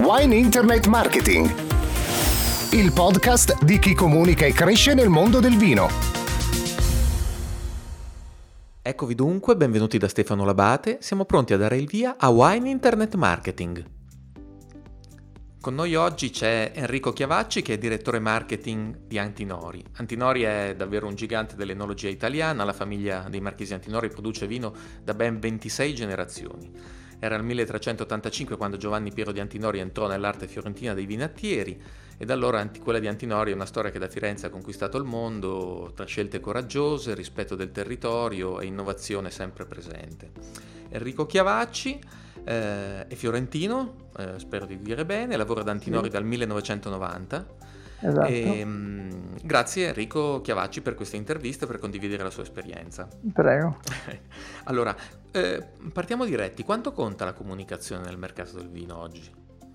Wine Internet Marketing, il podcast di chi comunica e cresce nel mondo del vino. Eccovi dunque, benvenuti da Stefano Labate, siamo pronti a dare il via a Wine Internet Marketing. Con noi oggi c'è Enrico Chiavacci, che è direttore marketing di Antinori. Antinori è davvero un gigante dell'enologia italiana, la famiglia dei Marchesi Antinori produce vino da ben 26 generazioni. Era il 1385 quando Giovanni Piero di Antinori entrò nell'arte fiorentina dei vinattieri e da allora quella di Antinori è una storia che da Firenze ha conquistato il mondo tra scelte coraggiose, rispetto del territorio e innovazione sempre presente. Enrico Chiavacci è fiorentino, spero di dire bene, lavora ad Antinori dal 1990. Esatto. Grazie Enrico Chiavacci per questa intervista e per condividere la sua esperienza. Prego. Allora, partiamo diretti. Quanto conta la comunicazione nel mercato del vino oggi?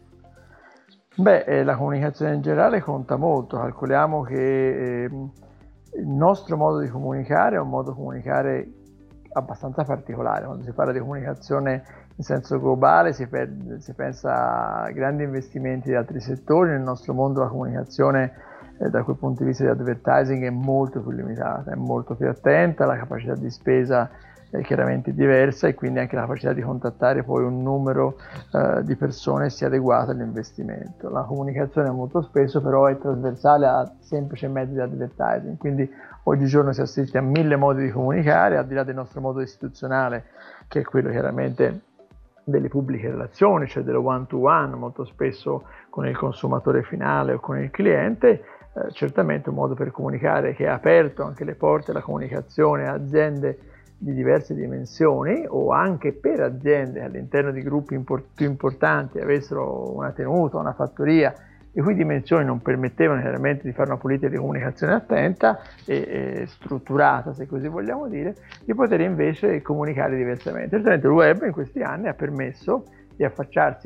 La comunicazione in generale conta molto. Calcoliamo che il nostro modo di comunicare è un modo di comunicare abbastanza particolare. Quando si parla di comunicazione in senso globale si pensa a grandi investimenti di altri settori. Nel nostro mondo la comunicazione da quel punto di vista di advertising è molto più limitata, è molto più attenta, la capacità di spesa è chiaramente diversa e quindi anche la capacità di contattare poi un numero di persone sia adeguato all'investimento. La comunicazione molto spesso però è trasversale a semplici mezzi di advertising, quindi oggigiorno si assiste a 1000 modi di comunicare, al di là del nostro modo istituzionale, che è quello chiaramente delle pubbliche relazioni, cioè dello one-to-one, molto spesso con il consumatore finale o con il cliente. Certamente un modo per comunicare che ha aperto anche le porte alla comunicazione a aziende di diverse dimensioni o anche per aziende che all'interno di gruppi più importanti avessero una tenuta, una fattoria, le cui dimensioni non permettevano chiaramente di fare una politica di comunicazione attenta e strutturata, se così vogliamo dire, di poter invece comunicare diversamente. Certamente il web in questi anni ha permesso di affacciarsi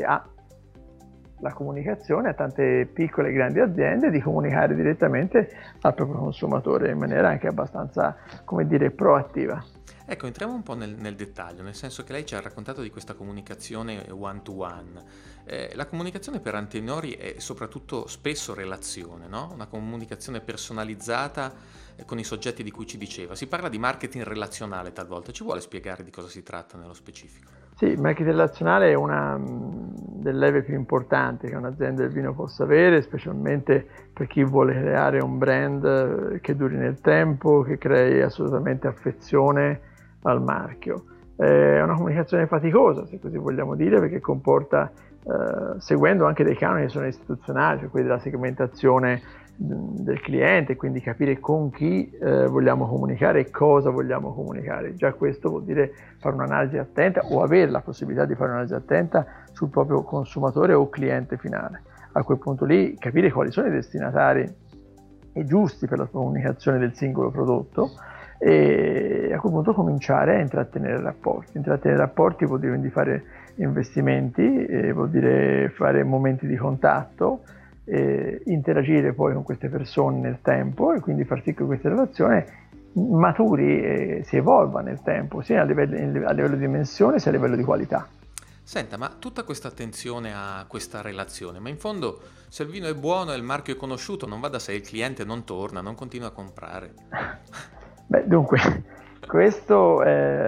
alla comunicazione a tante piccole e grandi aziende, di comunicare direttamente al proprio consumatore in maniera anche abbastanza, proattiva. Ecco, entriamo un po' nel dettaglio, nel senso che lei ci ha raccontato di questa comunicazione one-to-one. La comunicazione per Antinori è soprattutto spesso relazione, no? Una comunicazione personalizzata con i soggetti di cui ci diceva. Si parla di marketing relazionale talvolta. Ci vuole spiegare di cosa si tratta nello specifico? Sì, il marketing relazionale è una delle leve più importanti che un'azienda del vino possa avere, specialmente per chi vuole creare un brand che duri nel tempo, che crei assolutamente affezione al marchio. È una comunicazione faticosa, se così vogliamo dire, perché comporta, seguendo anche dei canoni che sono istituzionali, cioè quelli della segmentazione del cliente, quindi capire con chi vogliamo comunicare e cosa vogliamo comunicare. Già questo vuol dire fare un'analisi attenta o avere la possibilità di fare un'analisi attenta sul proprio consumatore o cliente finale. A quel punto lì capire quali sono i destinatari giusti per la comunicazione del singolo prodotto e a quel punto cominciare a intrattenere rapporti. Intrattenere rapporti vuol dire quindi fare investimenti, vuol dire fare momenti di contatto, interagire poi con queste persone nel tempo e quindi far sì che questa relazione maturi e si evolva nel tempo, sia a livello di dimensione sia a livello di qualità. Senta, ma tutta questa attenzione a questa relazione, ma in fondo se il vino è buono e il marchio è conosciuto, non va da sé, il cliente non torna, non continua a comprare. Dunque, questo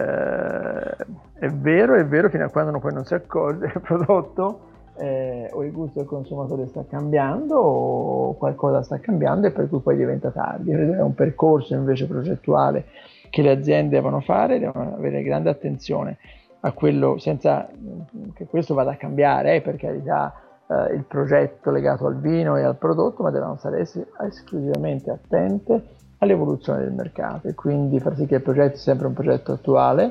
è vero fino a quando poi non si accorge che il prodotto o il gusto del consumatore sta cambiando o qualcosa sta cambiando e per cui poi diventa tardi. Credo che è un percorso invece progettuale che le aziende devono fare, devono avere grande attenzione a quello, senza che questo vada a cambiare, per carità, il progetto legato al vino e al prodotto, ma devono stare esclusivamente attente all'evoluzione del mercato e quindi far sì che il progetto sia sempre un progetto attuale,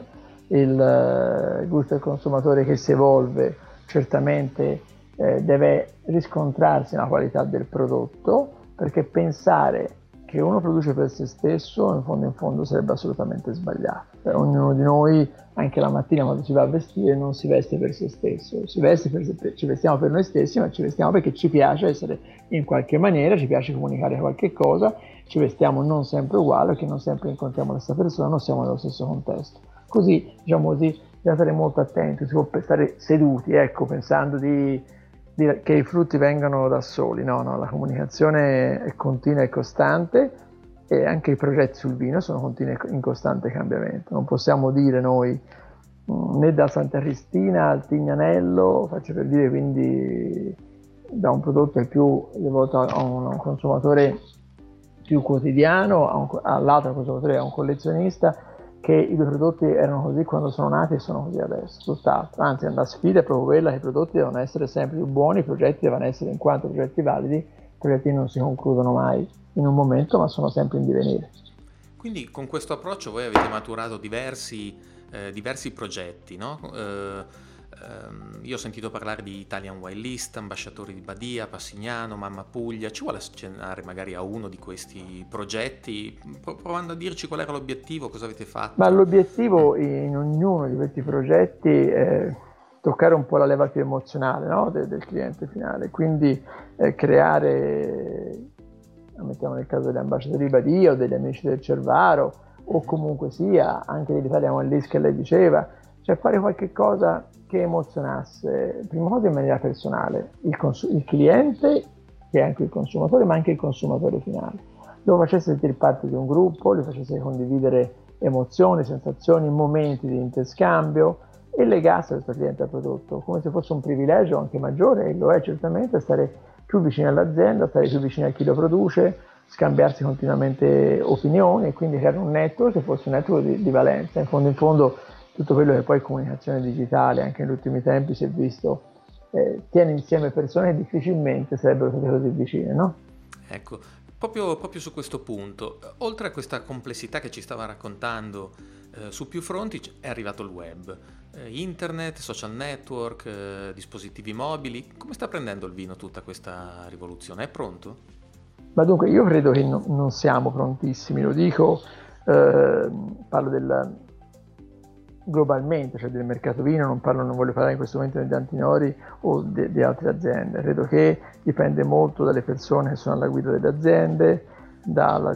il gusto del consumatore che si evolve certamente deve riscontrarsi nella qualità del prodotto, perché pensare che uno produce per se stesso in fondo sarebbe assolutamente sbagliato. Ognuno di noi anche la mattina quando si va a vestire non si veste per se stesso, ci vestiamo per noi stessi, ma ci vestiamo perché ci piace essere in qualche maniera, ci piace comunicare qualche cosa, ci vestiamo non sempre uguale perché non sempre incontriamo la stessa persona, non siamo nello stesso contesto. Così, bisogna stare molto attenti, si può stare seduti, pensando di dire che i frutti vengano da soli, no, la comunicazione è continua e costante, e anche i progetti sul vino sono continui in costante cambiamento. Non possiamo dire noi né da Santa Cristina al Tignanello, faccio per dire, quindi da un prodotto più devoto a un consumatore più quotidiano all'altro consumatore, a un collezionista, che i due prodotti erano così quando sono nati e sono così adesso, tutt'altro. Anzi, la sfida è proprio quella che i prodotti devono essere sempre più buoni, i progetti devono essere, in quanto progetti validi, i progetti non si concludono mai in un momento, ma sono sempre in divenire. Quindi con questo approccio voi avete maturato diversi progetti, no? Io ho sentito parlare di Italian Wine List, Ambasciatori di Badia, Passignano, Mamma Puglia. Ci vuole accennare magari a uno di questi progetti, provando a dirci qual era l'obiettivo, cosa avete fatto? Ma l'obiettivo in ognuno di questi progetti è toccare un po' la leva più emozionale, no? del cliente finale, quindi creare, mettiamo nel caso degli Ambasciatori di Badia o degli Amici del Cervaro, o comunque sia anche dell'Italian Wine List che lei diceva, cioè fare qualche cosa che emozionasse, prima cosa in maniera personale, il cliente, che è anche il consumatore, ma anche il consumatore finale. Lo facesse sentire parte di un gruppo, lo facesse condividere emozioni, sensazioni, momenti di interscambio, e legasse questo cliente al prodotto, come se fosse un privilegio anche maggiore, e lo è certamente, stare più vicino all'azienda, stare più vicino a chi lo produce, scambiarsi continuamente opinioni, e quindi creare un network che fosse un network di valenza. In fondo tutto quello che poi comunicazione digitale anche negli ultimi tempi si è visto tiene insieme persone che difficilmente sarebbero state così vicine, no? Ecco, proprio su questo punto, oltre a questa complessità che ci stava raccontando, su più fronti è arrivato il web, internet, social network, dispositivi mobili. Come sta prendendo il vino tutta questa rivoluzione? È pronto? Ma dunque, io credo che non siamo prontissimi, lo dico, parlo globalmente, cioè del mercato vino, non voglio parlare in questo momento di Antinori o di altre aziende. Credo che dipende molto dalle persone che sono alla guida delle aziende, dalla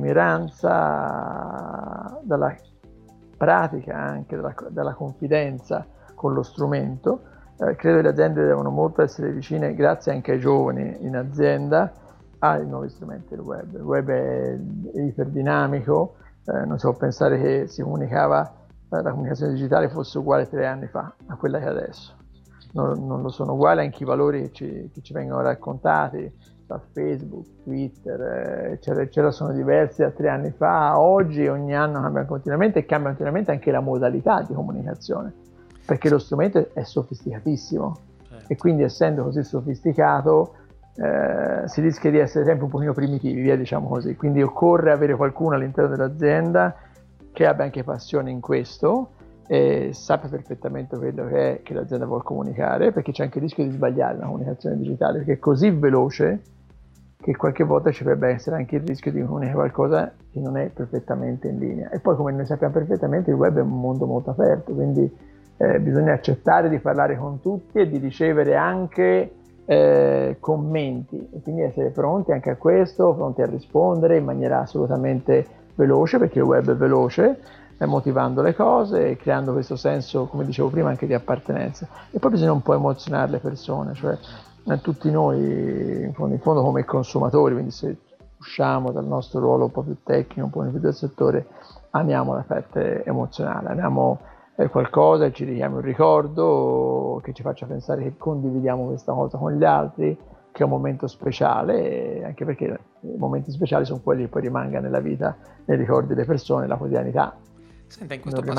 lungimiranza, dalla pratica, anche dalla confidenza con lo strumento. Credo che le aziende devono molto essere vicine, grazie anche ai giovani in azienda, ai nuovi strumenti del web. Il web è iperdinamico, non si può pensare che si comunicava, la comunicazione digitale fosse uguale 3 anni fa a quella che è adesso. Non lo sono uguali anche i valori che ci vengono raccontati da Facebook, Twitter, eccetera, eccetera, sono diversi da 3 anni fa a oggi. Ogni anno cambia continuamente, e cambia continuamente anche la modalità di comunicazione, perché lo strumento è sofisticatissimo, e quindi, essendo così sofisticato, si rischia di essere sempre un pochino primitivi, via, diciamo così. Quindi occorre avere qualcuno all'interno dell'azienda che abbia anche passione in questo e sappia perfettamente quello che l'azienda vuole comunicare, perché c'è anche il rischio di sbagliare la comunicazione digitale, perché è così veloce che qualche volta ci potrebbe essere anche il rischio di comunicare qualcosa che non è perfettamente in linea. E poi, come noi sappiamo perfettamente, il web è un mondo molto aperto, quindi bisogna accettare di parlare con tutti e di ricevere anche commenti, e quindi essere pronti anche a questo, pronti a rispondere in maniera assolutamente veloce, perché il web è veloce, motivando le cose, creando questo senso, come dicevo prima, anche di appartenenza. E poi bisogna un po' emozionare le persone, cioè tutti noi in fondo come consumatori, quindi se usciamo dal nostro ruolo un po' più tecnico, un po' più del settore, amiamo la parte emozionale, amiamo qualcosa che ci richiami un ricordo, che ci faccia pensare che condividiamo questa cosa con gli altri, che è un momento speciale, anche perché i momenti speciali sono quelli che poi rimangano nella vita, nei ricordi delle persone, la quotidianità. Senta, in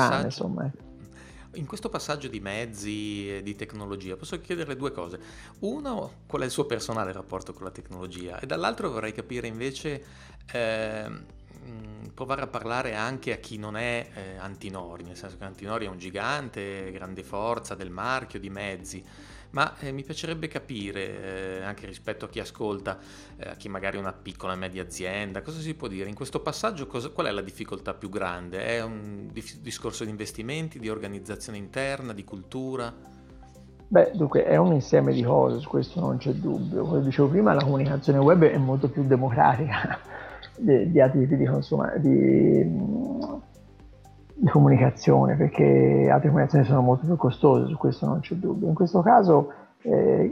questo passaggio di mezzi e di tecnologia, posso chiederle due cose. Uno, qual è il suo personale rapporto con la tecnologia? E dall'altro vorrei capire invece, provare a parlare anche a chi non è Antinori, nel senso che Antinori è un gigante, grande forza del marchio, di mezzi, ma mi piacerebbe capire, anche rispetto a chi ascolta, a chi magari è una piccola e media azienda, cosa si può dire in questo passaggio, qual è la difficoltà più grande? È un discorso di investimenti, di organizzazione interna, di cultura? Beh, dunque è un insieme di cose, su questo non c'è dubbio. Come dicevo prima, la comunicazione web è molto più democratica di altri tipi di comunicazione, perché altre comunicazioni sono molto più costose, su questo non c'è dubbio. In questo caso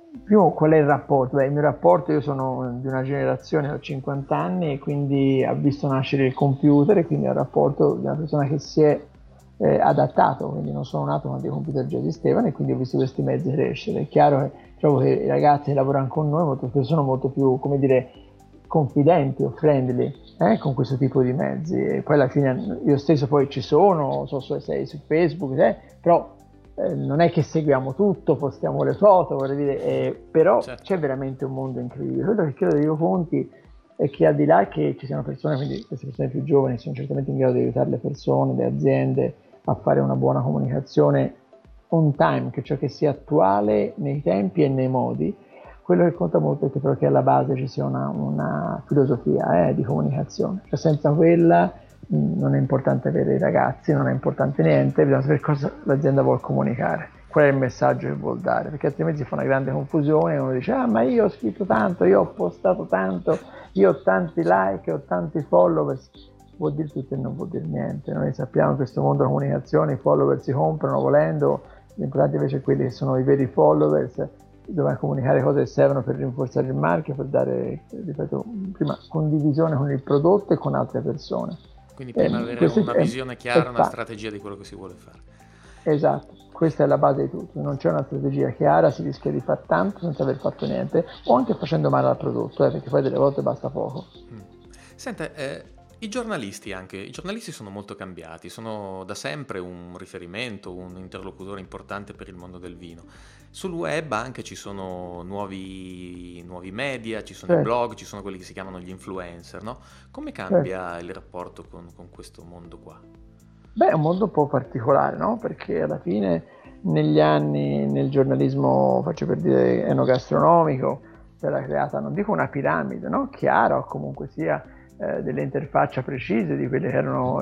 primo, qual è il rapporto? Beh, il mio rapporto, io sono di una generazione, ho 50 anni e quindi ho visto nascere il computer e quindi ho il rapporto di una persona che si è adattato, quindi non sono nato quando i computer già esistevano e quindi ho visto questi mezzi crescere. È chiaro che trovo che i ragazzi che lavorano con noi molto spesso sono molto più, come dire, confidenti o friendly con questo tipo di mezzi, e poi alla fine io stesso poi ci sono, so se sei su Facebook, però non è che seguiamo tutto, postiamo le foto, vorrei dire, però Certo. c'è veramente un mondo incredibile. Quello che credo di Conti è che al di là che ci siano persone, quindi queste persone più giovani sono certamente in grado di aiutare le persone, le aziende a fare una buona comunicazione on time, che ciò che sia attuale nei tempi e nei modi. Quello che conta molto è che però che alla base ci sia una filosofia di comunicazione, cioè senza quella non è importante avere i ragazzi, non è importante niente, bisogna sapere cosa l'azienda vuole comunicare, qual è il messaggio che vuol dare, perché altrimenti si fa una grande confusione e uno dice ma io ho scritto tanto, io ho postato tanto, io ho tanti like, ho tanti followers, vuol dire tutto e non vuol dire niente. Noi sappiamo in questo mondo della comunicazione i follower si comprano volendo, l'importante invece è quelli che sono i veri followers, dove comunicare cose che servono per rinforzare il marchio, per dare, ripeto, prima condivisione con il prodotto e con altre persone. Quindi prima avere una visione chiara, una strategia di quello che si vuole fare. Esatto, questa è la base di tutto. Non c'è una strategia chiara, si rischia di fare tanto senza aver fatto niente, o anche facendo male al prodotto, perché poi delle volte basta poco. Senta, i giornalisti sono molto cambiati, sono da sempre un riferimento, un interlocutore importante per il mondo del vino. Sul web anche ci sono nuovi media, ci sono i blog, ci sono quelli che si chiamano gli influencer, no? Come cambia il rapporto con questo mondo qua? Beh, è un mondo un po' particolare, no? Perché alla fine negli anni nel giornalismo, faccio per dire, enogastronomico, si era creata, non dico una piramide, no? Chiara, o comunque sia delle interfacce precise di quelli che erano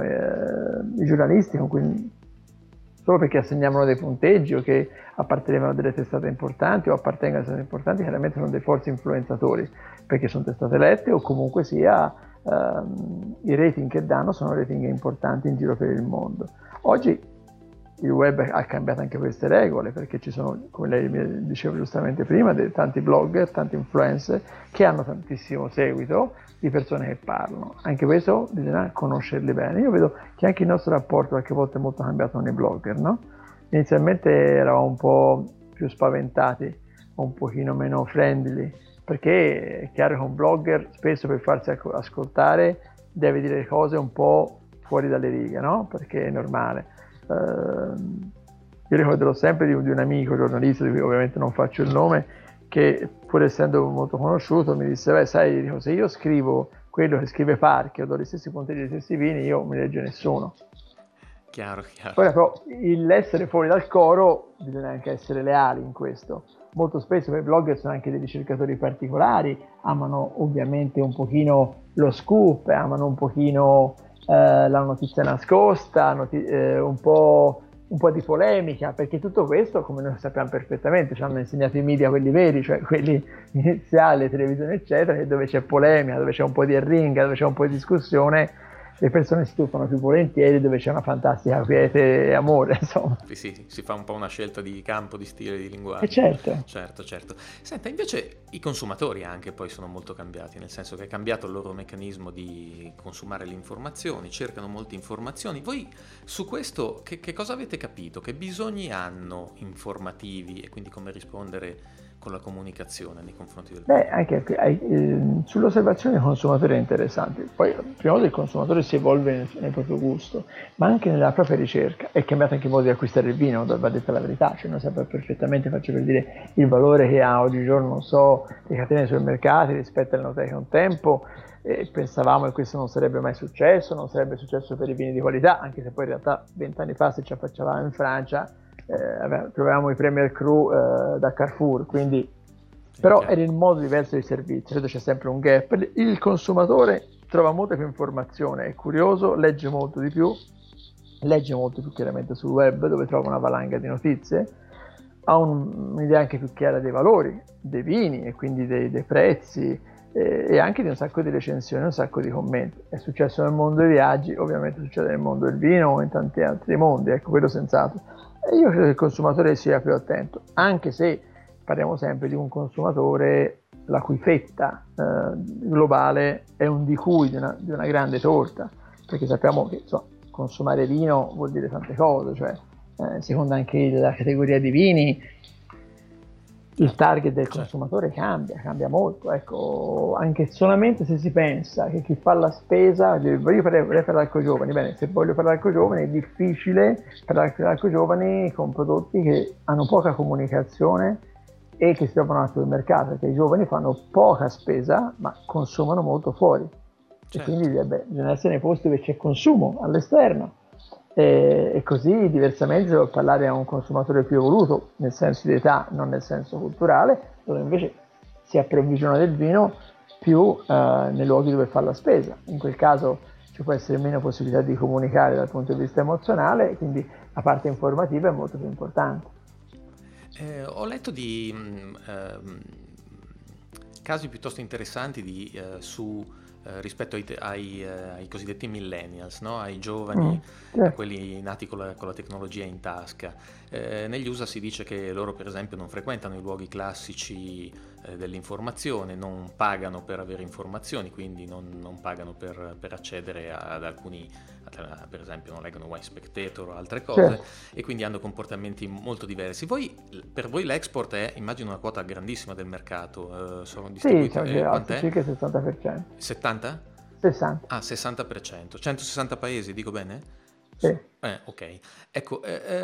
i giornalisti, con cui solo perché assegnavano dei punteggi o che appartenevano a delle testate importanti o appartengono a testate importanti, chiaramente sono dei forti influenzatori, perché sono testate lette o comunque sia i rating che danno sono rating importanti in giro per il mondo. Oggi il web ha cambiato anche queste regole, perché ci sono, come lei mi diceva giustamente prima, tanti blogger, tanti influencer che hanno tantissimo seguito di persone che parlano. Anche questo bisogna conoscerli bene. Io vedo che anche il nostro rapporto qualche volta è molto cambiato con i blogger, no? Inizialmente eravamo un po' più spaventati, un pochino meno friendly, perché è chiaro che un blogger spesso per farsi ascoltare deve dire cose un po' fuori dalle righe, no? Perché è normale. Io ricorderò sempre di un amico giornalista, di cui ovviamente non faccio il nome, che pur essendo molto conosciuto mi disse: beh, sai, dico, se io scrivo quello che scrive Parchi o do gli stessi punteggi degli stessi vini, io non mi legge nessuno. Chiaro. Poi però l'essere fuori dal coro bisogna anche essere leali in questo. Molto spesso i blogger sono anche dei ricercatori particolari, amano ovviamente un pochino lo scoop, amano un pochino la notizia nascosta, un po' di polemica, perché tutto questo, come noi sappiamo perfettamente, ci hanno insegnato i media, quelli veri, cioè quelli iniziali, televisione eccetera, che dove c'è polemica, dove c'è un po' di arringa, dove c'è un po' di discussione, le persone si tuffano più volentieri, dove c'è una fantastica quiete e amore, insomma. Sì, si fa un po' una scelta di campo, di stile, di linguaggio. Certo. Senta, invece i consumatori anche poi sono molto cambiati, nel senso che è cambiato il loro meccanismo di consumare le informazioni, cercano molte informazioni. Voi su questo che cosa avete capito? Che bisogni hanno informativi e quindi come rispondere con la comunicazione nei confronti del pubblico? Anche sull'osservazione dei consumatori è interessante. Poi, prima di tutto, il consumatore si evolve nel proprio gusto, ma anche nella propria ricerca. È cambiato anche il modo di acquistare il vino, va detta la verità. Cioè, noi sappiamo perfettamente, faccio per dire, il valore che ha oggigiorno, non so, le catene dei supermercati rispetto alle enoteche un tempo. Pensavamo che questo non sarebbe mai successo, non sarebbe successo per i vini di qualità, anche se poi in realtà 20 anni fa, se ci affacciavamo in Francia, trovavamo i Premier Cru da Carrefour, quindi però era il modo diverso di servizio, credo c'è sempre un gap. Il consumatore trova molta più informazione, è curioso, legge molto di più chiaramente sul web, dove trova una valanga di notizie, ha un'idea anche più chiara dei valori, dei vini e quindi dei prezzi e anche di un sacco di recensioni, un sacco di commenti. È successo nel mondo dei viaggi, ovviamente succede nel mondo del vino o in tanti altri mondi, ecco, quello senz'altro. E io credo che il consumatore sia più attento, anche se parliamo sempre di un consumatore la cui fetta globale è un di cui di una grande torta, perché sappiamo che consumare vino vuol dire tante cose, cioè secondo anche la categoria di vini il target del consumatore cambia molto, ecco, anche solamente se si pensa che chi fa la spesa, io vorrei parlare con i giovani, bene, se voglio parlare con i giovani è difficile parlare con i giovani con prodotti che hanno poca comunicazione e che si trovano al supermercato, perché i giovani fanno poca spesa ma consumano molto fuori, e quindi bisogna essere nei posti dove c'è consumo all'esterno. E così diversamente se vuoi parlare a un consumatore più evoluto nel senso di età, non nel senso culturale, dove invece si approvvigiona del vino più nei luoghi dove fa la spesa. In quel caso ci può essere meno possibilità di comunicare dal punto di vista emozionale, quindi la parte informativa è molto più importante. Ho letto di casi piuttosto interessanti rispetto ai cosiddetti millennials, no? Ai giovani, a quelli nati con la tecnologia in tasca. Negli USA si dice che loro per esempio non frequentano i luoghi classici dell'informazione, non pagano per avere informazioni, quindi non pagano per accedere ad alcuni, per esempio non leggono Wine Spectator o altre cose, e quindi hanno comportamenti molto diversi. Per voi l'export è, immagino, una quota grandissima del mercato, sono distribuiti, quant'è? Circa il 60%. 70? 60. Ah, 60%. 160 paesi, dico bene? Sì. Ok. Ecco,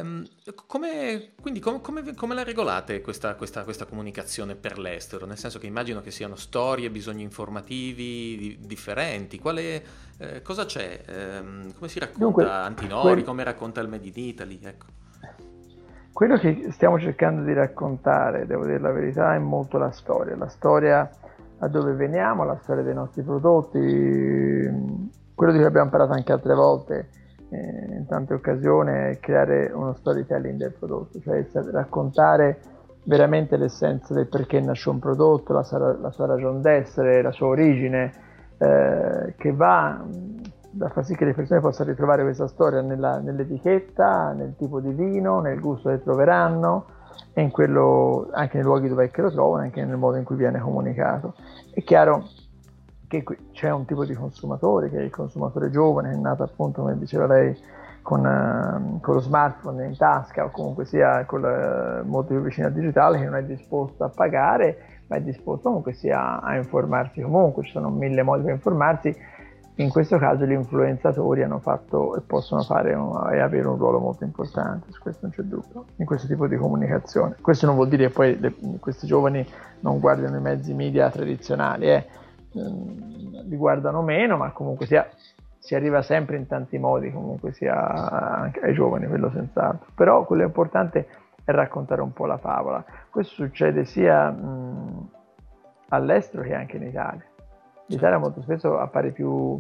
come la regolate questa comunicazione per l'estero? Nel senso che immagino che siano storie, bisogni informativi differenti. Cosa c'è? Come si racconta? Dunque, Antinori, come racconta il Made in Italy? Ecco. Quello che stiamo cercando di raccontare, devo dire la verità, è molto la storia da dove veniamo, la storia dei nostri prodotti, quello di cui abbiamo parlato anche altre volte in tante occasioni, è creare uno storytelling del prodotto, cioè raccontare veramente l'essenza del perché nasce un prodotto, la sua ragion d'essere, la sua origine, che va a far sì che le persone possano ritrovare questa storia nell'etichetta, nel tipo di vino, nel gusto che troveranno, e in quello, anche nei luoghi dove lo trovano, anche nel modo in cui viene comunicato. È chiaro che c'è un tipo di consumatore, che è il consumatore giovane, che è nato appunto, come diceva lei, con lo smartphone in tasca, o comunque sia molto più vicino al digitale, che non è disposto a pagare, ma è disposto comunque sia a informarsi comunque. Ci sono 1000 modi per informarsi. In questo caso gli influenzatori hanno fatto e possono fare e avere un ruolo molto importante, su questo non c'è dubbio, in questo tipo di comunicazione. Questo non vuol dire che poi questi giovani non guardano i mezzi media tradizionali, li guardano meno, ma comunque si arriva sempre in tanti modi, comunque sia anche ai giovani, quello senz'altro. Però quello importante è raccontare un po' la favola. Questo succede sia all'estero che anche in Italia. L'Italia molto spesso appare più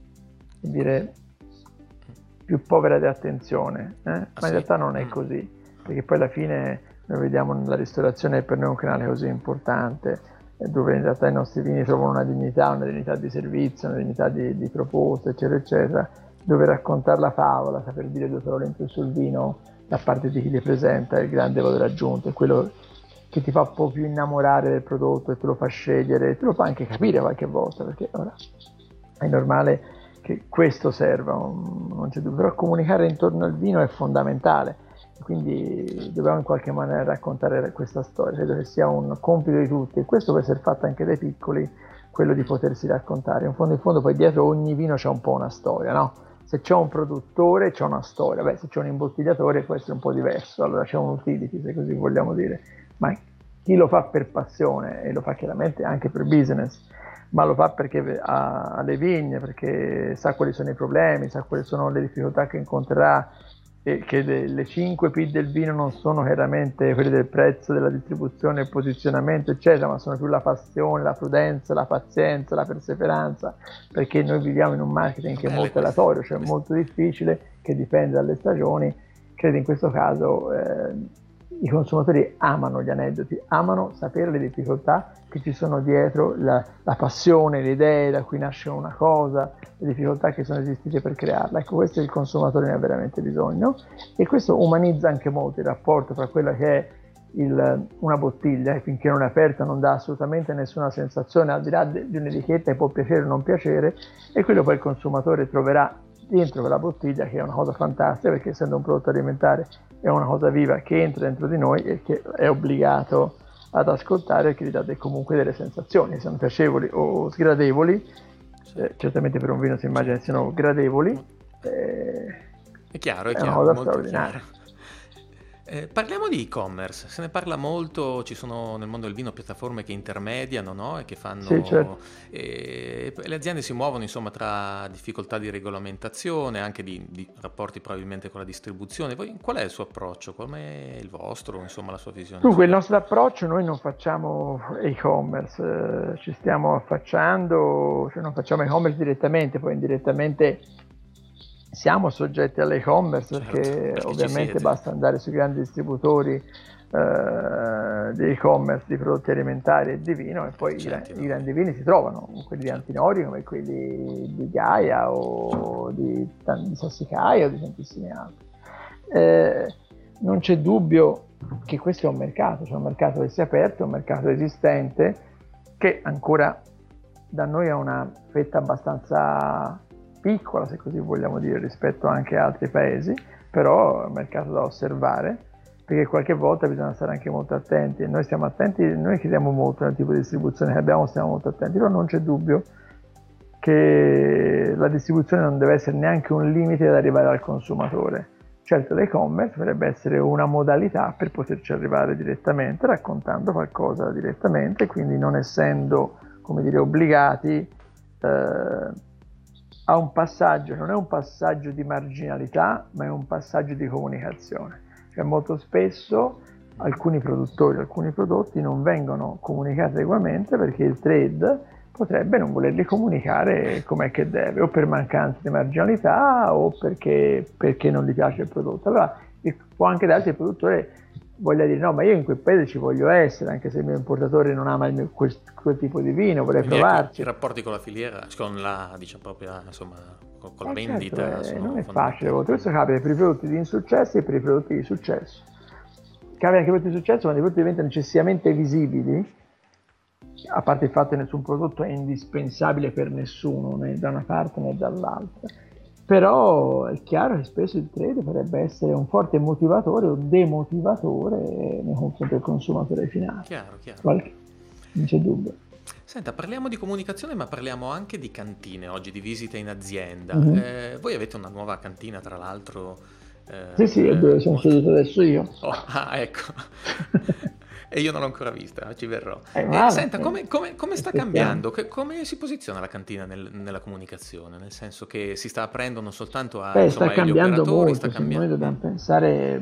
povera di attenzione, ma in realtà non è così, perché poi alla fine noi vediamo nella ristorazione per noi un canale così importante, dove in realtà i nostri vini trovano una dignità di servizio, una dignità di proposta, eccetera, eccetera, dove raccontare la favola, saper dire due parole in più sul vino da parte di chi li presenta è il grande valore aggiunto, è quello che ti fa un po' più innamorare del prodotto e te lo fa scegliere, e te lo fa anche capire qualche volta, perché ora è normale che questo serva, non c'è dubbio, però comunicare intorno al vino è fondamentale, quindi dobbiamo in qualche maniera raccontare questa storia. Credo che sia un compito di tutti, e questo può essere fatto anche dai piccoli, quello di potersi raccontare. In fondo poi dietro ogni vino c'è un po' una storia, no? Se c'è un produttore c'è una storia, se c'è un imbottigliatore può essere un po' diverso, allora c'è un utility, se così vogliamo dire, ma chi lo fa per passione e lo fa chiaramente anche per business, ma lo fa perché ha le vigne, perché sa quali sono i problemi, sa quali sono le difficoltà che incontrerà, e che le 5 P del vino non sono chiaramente quelle del prezzo, della distribuzione, il posizionamento, eccetera, ma sono più la passione, la prudenza, la pazienza, la perseveranza, perché noi viviamo in un marketing che è molto aleatorio, cioè molto difficile, che dipende dalle stagioni. Credo in questo caso i consumatori amano gli aneddoti, amano sapere le difficoltà che ci sono dietro, la passione, le idee da cui nasce una cosa, le difficoltà che sono esistite per crearla. Ecco, questo il consumatore ne ha veramente bisogno, e questo umanizza anche molto il rapporto tra quella che è una bottiglia che finché non è aperta non dà assolutamente nessuna sensazione, al di là di un'etichetta che può piacere o non piacere, e quello poi il consumatore troverà dentro quella bottiglia, che è una cosa fantastica, perché essendo un prodotto alimentare è una cosa viva che entra dentro di noi e che è obbligato ad ascoltare, perché gli dà comunque delle sensazioni, siano piacevoli o sgradevoli. Certamente per un vino si immagina che siano gradevoli. È chiaro, una cosa molto straordinaria. chiaro. Parliamo di e-commerce, se ne parla molto, ci sono nel mondo del vino piattaforme che intermediano, no? E che fanno, sì, certo. Le aziende si muovono insomma tra difficoltà di regolamentazione, anche di rapporti probabilmente con la distribuzione. Voi, qual è il suo approccio? Com'è il vostro, insomma, la sua visione? Dunque, il nostro approccio, noi non facciamo e-commerce, ci stiamo affacciando, cioè non facciamo e-commerce direttamente, poi indirettamente siamo soggetti all'e-commerce, Certo, perché ovviamente basta andare sui grandi distributori di e-commerce di prodotti alimentari e di vino, e poi i grandi vini si trovano, quelli di Antinori come quelli di Gaia o di Sassicaia o di tantissimi altri. Non c'è dubbio che questo è un mercato, cioè un mercato che si è aperto, un mercato esistente, che ancora da noi ha una fetta abbastanza piccola, se così vogliamo dire, rispetto anche a altri paesi, però è un mercato da osservare, perché qualche volta bisogna stare anche molto attenti, e noi stiamo attenti, noi chiediamo molto nel tipo di distribuzione che abbiamo, stiamo molto attenti, però non c'è dubbio che la distribuzione non deve essere neanche un limite ad arrivare al consumatore. Certo, l'e-commerce potrebbe essere una modalità per poterci arrivare direttamente, raccontando qualcosa direttamente, quindi non essendo, come dire, obbligati a un passaggio, non è un passaggio di marginalità, ma è un passaggio di comunicazione. Cioè molto spesso alcuni produttori, alcuni prodotti non vengono comunicati adeguatamente perché il trade potrebbe non volerli comunicare com'è che deve, o per mancanza di marginalità o perché non gli piace il prodotto. Allora può anche darsi il produttore voglia dire no, ma io in quel paese ci voglio essere, anche se il mio importatore non ama quel tipo di vino, vorrei provarci. I rapporti con la filiera, con la, diciamo, propria, insomma, con la vendita, certo, non è facile. Questo capita per i prodotti di insuccesso e per i prodotti di successo. Capita che i prodotti di successo, quando i prodotti diventano eccessivamente visibili, a parte il fatto che nessun prodotto è indispensabile per nessuno, né da una parte né dall'altra, però è chiaro che spesso il trade potrebbe essere un forte motivatore o demotivatore nei confronti del consumatore finale. Chiaro. Non c'è dubbio. Senta, parliamo di comunicazione, ma parliamo anche di cantine oggi, di visite in azienda. Voi avete una nuova cantina, tra l'altro. Sì, è dove sono seduto adesso io. Ecco. E io non l'ho ancora vista, ci verrò. Senta, come sta cambiando? Come si posiziona la cantina nella comunicazione? Nel senso che si sta aprendo non soltanto agli sta cambiando operatori, molto. Noi dobbiamo pensare,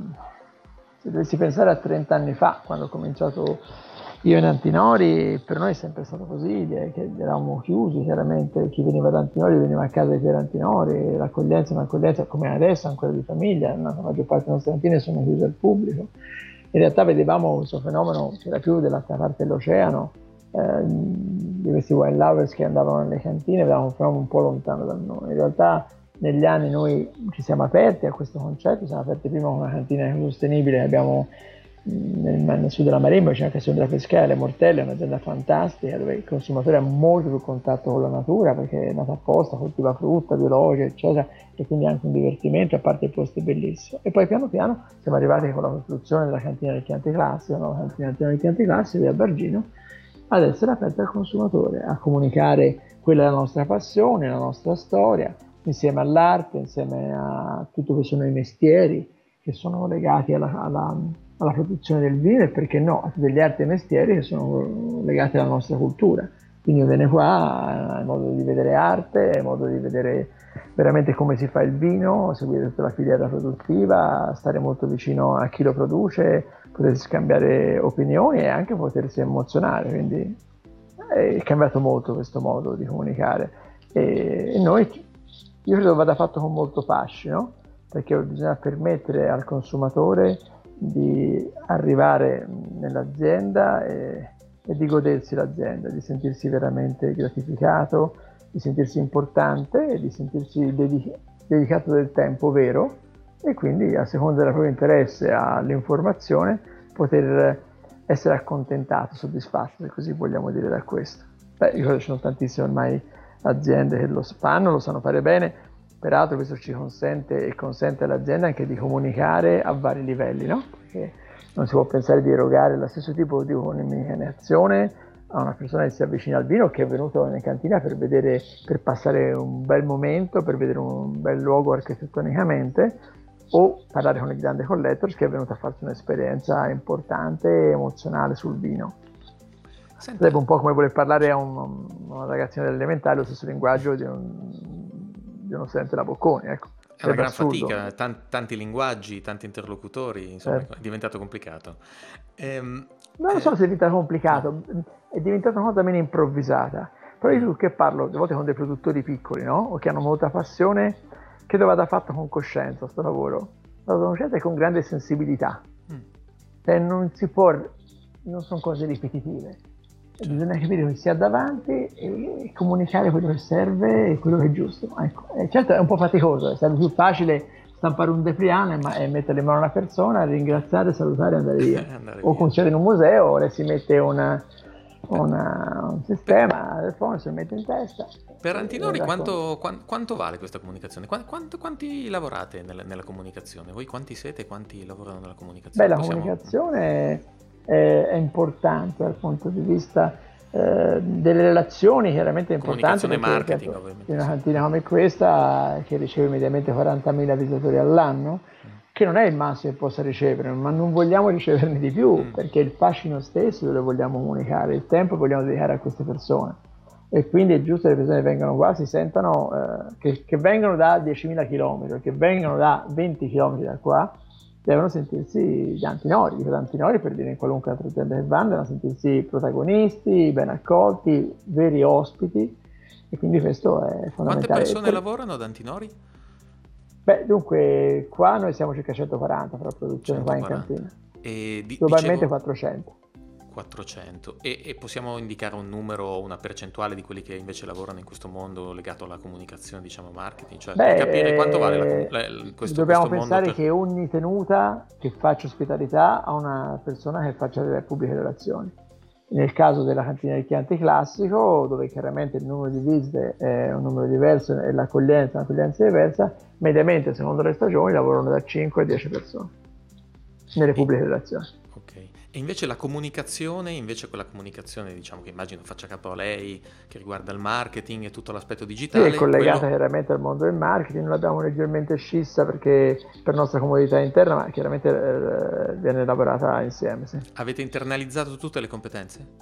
se dovessi pensare a 30 anni fa, quando ho cominciato io in Antinori, per noi è sempre stato così, che eravamo chiusi, chiaramente chi veniva da Antinori veniva a casa di Pier Antinori, l'accoglienza è un'accoglienza come adesso, ancora di famiglia, la maggior parte delle nostre cantine sono chiuse al pubblico. In realtà vedevamo questo fenomeno, c'era più dall'altra parte dell'oceano, di questi wine lovers che andavano nelle cantine, vedevamo un fenomeno un po' lontano da noi. In realtà negli anni noi ci siamo aperti a questo concetto, siamo aperti prima con una cantina sostenibile che abbiamo nel sud della Maremma, c'è anche della Pescara, le Mortelle, è un'azienda fantastica dove il consumatore ha molto più contatto con la natura perché è nata apposta, coltiva frutta, biologica, eccetera, e quindi anche un divertimento, a parte il posto è bellissimo. E poi piano piano siamo arrivati con la costruzione della cantina del Chianti Classico, la cantina del Chianti Classico a Bargino, ad essere aperta al consumatore, a comunicare quella è la nostra passione, la nostra storia, insieme all'arte, insieme a tutto che sono i mestieri che sono legati alla produzione del vino e perché no, a tutte le arti e mestieri che sono legati alla nostra cultura. Quindi viene qua, è modo di vedere arte, è modo di vedere veramente come si fa il vino, seguire tutta la filiera produttiva, stare molto vicino a chi lo produce, potersi scambiare opinioni e anche potersi emozionare. Quindi è cambiato molto questo modo di comunicare. E noi, io credo vada fatto con molto fascino, perché bisogna permettere al consumatore di arrivare nell'azienda e di godersi l'azienda, di sentirsi veramente gratificato, di sentirsi importante e di sentirsi dedicato del tempo vero e quindi a seconda del proprio interesse all'informazione poter essere accontentato, soddisfatto, se così vogliamo dire, da questo. Io credo che ci sono tantissime ormai aziende che lo fanno, lo sanno fare bene, peraltro questo ci consente e consente all'azienda anche di comunicare a vari livelli, no? Perché non si può pensare di erogare lo stesso tipo di comunicazione a una persona che si avvicina al vino, che è venuto in cantina per passare un bel momento, per vedere un bel luogo architettonicamente, o parlare con il grande collector che è venuto a farsi un'esperienza importante, emozionale sul vino. Sarebbe un po' come voler parlare a una ragazzina delle elementari lo stesso linguaggio di uno studente della Bocconi, ecco. È una gran fatica, tanti linguaggi, tanti interlocutori, insomma, certo. È diventato complicato. Non so se è diventato complicato, è diventata una cosa meno improvvisata. Però io che parlo a volte con dei produttori piccoli, no? O che hanno molta passione, credo vada fatto con coscienza sto lavoro. Vada coscienza e con grande sensibilità. Cioè non sono cose ripetitive. Bisogna capire che si ha davanti e comunicare quello che serve e quello che è giusto. Ecco. Certo è un po' faticoso, sarebbe più facile stampare un depliant e mettere in mano una persona, ringraziare, salutare e andare via. O concedere in un museo, o si mette un sistema del phone, si mette in testa. Per Antinori quanto vale questa comunicazione? Quanti lavorate nella comunicazione? Voi quanti siete e quanti lavorano nella comunicazione? Comunicazione è importante dal punto di vista delle relazioni, chiaramente è importante. Comunicazione e marketing, ovviamente. Una cantina come questa, che riceve mediamente 40.000 visitatori all'anno, che non è il massimo che possa ricevere, ma non vogliamo riceverne di più, perché il fascino stesso lo vogliamo comunicare, il tempo lo vogliamo dedicare a queste persone. E quindi è giusto che le persone vengano qua, si sentano che vengono da 10.000 km, che vengono da 20 km da qua, devono sentirsi gli Antinori, per dire in qualunque altra azienda che vanno, devono sentirsi protagonisti, ben accolti, veri ospiti, e quindi questo è fondamentale. Quante persone lavorano ad Antinori? Dunque, qua noi siamo circa 140 per la produzione 140. Qua in cantina. E globalmente 400. E possiamo indicare un numero, una percentuale di quelli che invece lavorano in questo mondo legato alla comunicazione, diciamo marketing, cioè per capire quanto vale questo dobbiamo questo pensare mondo che ogni tenuta che faccia ospitalità ha una persona che faccia le pubbliche relazioni. Nel caso della cantina del Chianti classico, dove chiaramente il numero di visite è un numero diverso e l'accoglienza è un'accoglienza diversa, mediamente secondo le stagioni lavorano da 5 a 10 persone nelle pubbliche relazioni. Ok. E invece la comunicazione, quella comunicazione, diciamo, che immagino faccia capo a lei, che riguarda il marketing e tutto l'aspetto digitale. Sì, è collegata chiaramente al mondo del marketing, non l'abbiamo leggermente scissa perché per nostra comodità interna, ma chiaramente viene lavorata insieme. Sì. Avete internalizzato tutte le competenze?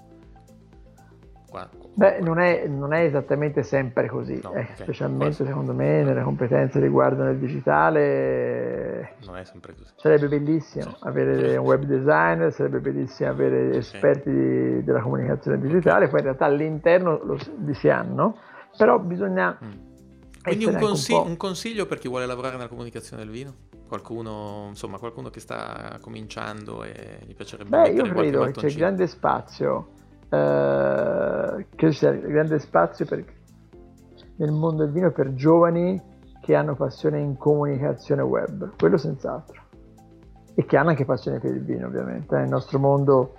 Non è esattamente sempre così, no, okay. Specialmente secondo me nelle competenze riguardano il digitale. Non è sempre così. Sarebbe bellissimo avere un web designer, sarebbe bellissimo avere esperti della comunicazione digitale, poi in realtà all'interno li si hanno, però bisogna... Quindi un consiglio per chi vuole lavorare nella comunicazione del vino? Qualcuno che sta cominciando e gli piacerebbe io credo che c'è grande spazio. Che c'è grande spazio nel mondo del vino per giovani che hanno passione in comunicazione web, quello senz'altro, e che hanno anche passione per il vino, ovviamente. Nel nostro mondo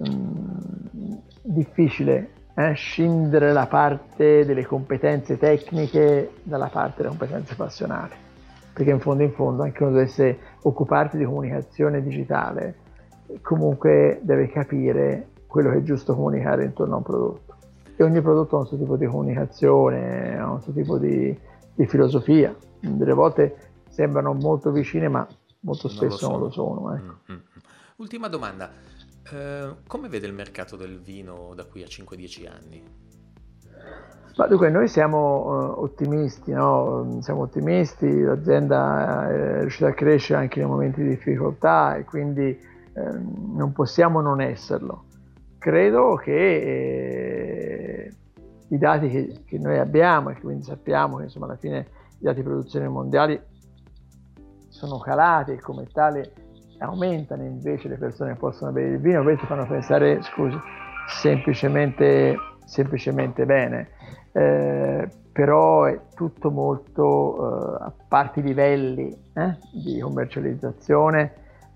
difficile scindere la parte delle competenze tecniche dalla parte delle competenze passionali, perché in fondo anche uno dovesse occuparsi di comunicazione digitale comunque deve capire quello che è giusto comunicare intorno a un prodotto, e ogni prodotto ha un suo tipo di comunicazione, ha un suo tipo di filosofia. Delle volte sembrano molto vicine, ma molto spesso non lo sono. Ultima domanda, come vede il mercato del vino da qui a 5-10 anni? Dunque, noi siamo ottimisti, no? Siamo ottimisti, l'azienda è riuscita a crescere anche nei momenti di difficoltà e quindi non possiamo non esserlo. Credo che i dati che noi abbiamo, e che quindi sappiamo che insomma alla fine i dati di produzione mondiali sono calati e come tale aumentano invece le persone che possono bere il vino, questo fanno pensare, semplicemente bene, però è tutto molto a parti livelli di commercializzazione,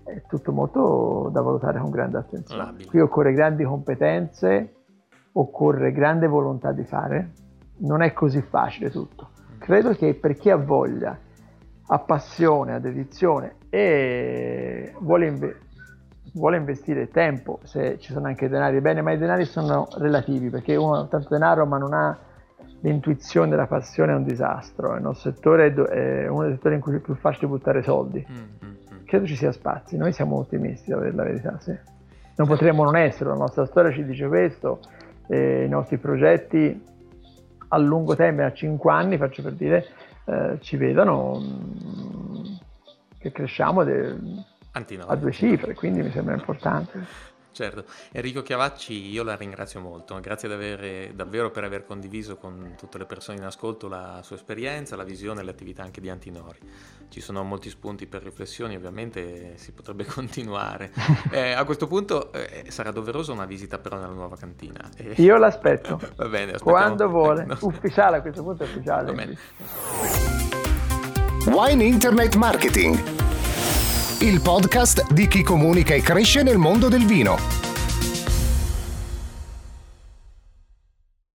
è tutto molto da valutare con grande attenzione. Labile. Qui occorre grandi competenze, occorre grande volontà di fare, non è così facile tutto. Credo che per chi ha voglia, ha passione, ha dedizione e vuole investire tempo, se ci sono anche denari, bene, ma i denari sono relativi, perché uno ha tanto denaro ma non ha l'intuizione della passione, è un disastro. Il nostro settore è uno dei settori in cui è più facile buttare soldi. Credo ci sia spazi, noi siamo ottimisti, a dire la verità, sì. Non potremmo non essere, la nostra storia ci dice questo, i nostri progetti a lungo termine, a 5 anni, faccio per dire, ci vedono che cresciamo a 2 cifre, quindi mi sembra importante. Certo. Enrico Chiavacci, io la ringrazio molto, grazie davvero per aver condiviso con tutte le persone in ascolto la sua esperienza, la visione e le attività anche di Antinori. Ci sono molti spunti per riflessioni, ovviamente si potrebbe continuare. A questo punto sarà doverosa una visita però nella nuova cantina. Io l'aspetto. Va bene, quando vuole. Ufficiale, a questo punto è ufficiale. Va bene. Wine Internet Marketing, il podcast di chi comunica e cresce nel mondo del vino.